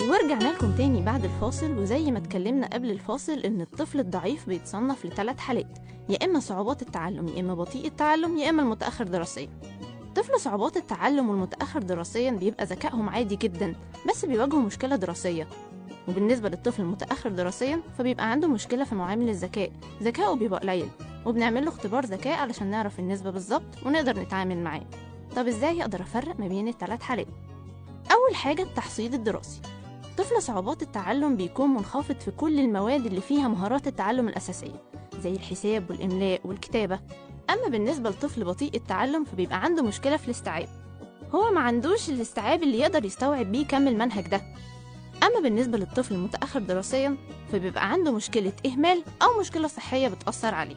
ورجعنا لكم تاني بعد الفاصل. وزي ما اتكلمنا قبل الفاصل ان الطفل الضعيف بيتصنف ل3 حالات، يا اما صعوبات التعلم، يا اما بطيء التعلم، يا اما المتاخر دراسيا. طفل صعوبات التعلم والمتاخر دراسيا بيبقى ذكائهم عادي جدا، بس بيواجهوا مشكله دراسيه. وبالنسبه للطفل المتاخر دراسيا فبيبقى عنده مشكله في معامل الذكاء، ذكائه بيبقى قليل، وبنعمل له اختبار ذكاء علشان نعرف النسبه بالظبط ونقدر نتعامل معاه. طب ازاي اقدر افرق ما بين ال3 حالات؟ اول حاجه التحصيل الدراسي. طفل صعوبات التعلم بيكون منخفض في كل المواد اللي فيها مهارات التعلم الأساسية زي الحساب والإملاء والكتابة. أما بالنسبة لطفل بطيء التعلم فبيبقى عنده مشكلة في الاستيعاب، هو ما عندوش الاستيعاب اللي يقدر يستوعب بيه كم المنهج ده. أما بالنسبة للطفل المتأخر دراسيا فبيبقى عنده مشكلة إهمال أو مشكلة صحية بتأثر عليه.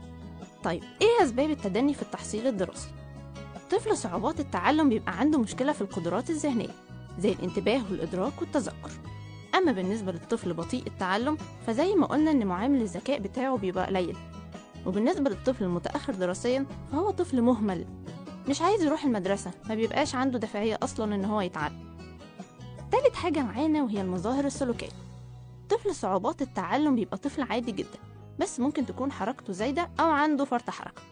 طيب إيه أسباب التدني في التحصيل الدراسي؟ طفل صعوبات التعلم بيبقى عنده مشكلة في القدرات الذهنية زي الانتباه والإدراك والتذكر. أما بالنسبة للطفل بطيء التعلم فزي ما قلنا إن معامل الذكاء بتاعه بيبقى قليل. وبالنسبة للطفل المتأخر دراسيا فهو طفل مهمل، مش عايز يروح المدرسة، ما بيبقاش عنده دافعية أصلا إن هو يتعلم. تالت حاجة معانا وهي المظاهر السلوكية. طفل صعوبات التعلم بيبقى طفل عادي جدا، بس ممكن تكون حركته زايدة أو عنده فرط حركة.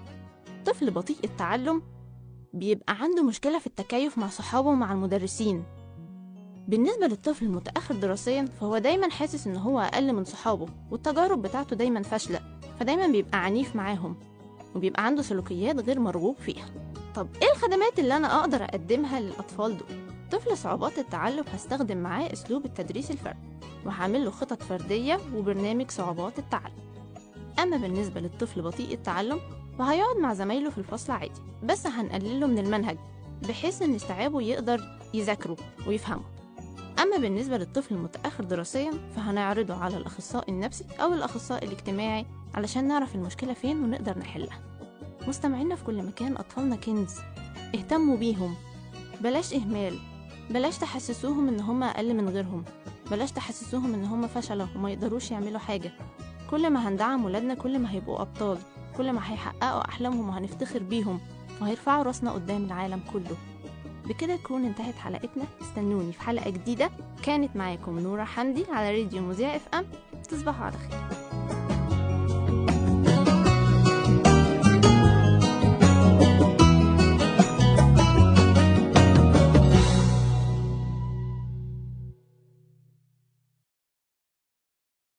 طفل بطيء التعلم بيبقى عنده مشكلة في التكيف مع صحابه ومع المدرسين. بالنسبة للطفل المتأخر دراسيا فهو دايما حاسس ان هو اقل من صحابه، والتجارب بتاعته دايما فاشلة، فدايما بيبقى عنيف معاهم وبيبقى عنده سلوكيات غير مرغوب فيها. طب ايه الخدمات اللي انا اقدر اقدمها للاطفال دول؟ طفل صعوبات التعلم هستخدم معاه اسلوب التدريس الفردي، وهعمل له خطط فردية وبرنامج صعوبات التعلم. اما بالنسبة للطفل بطيء التعلم فهيقعد مع زمايله في الفصل عادي، بس هنقلله من المنهج بحيث ان استيعابه يقدر يذاكره ويفهمه. أما بالنسبة للطفل المتأخر دراسيا فهنعرضه على الأخصائي النفسي أو الأخصائي الاجتماعي علشان نعرف المشكلة فين ونقدر نحلها. مستمعينا في كل مكان، أطفالنا كنز، اهتموا بيهم، بلاش إهمال، بلاش تحسسوهم إن هم أقل من غيرهم، بلاش تحسسوهم إن هم فشلوا وما يقدروش يعملوا حاجة. كل ما هندعم ولادنا كل ما هيبقوا أبطال، كل ما هيحققوا أحلامهم وهنفتخر بيهم وهيرفعوا راسنا قدام العالم كله. بكده تكون انتهت حلقتنا، استنوني في حلقة جديدة. كانت معاكم نورة حمدي على راديو مذيع FM. تصبحوا على خير.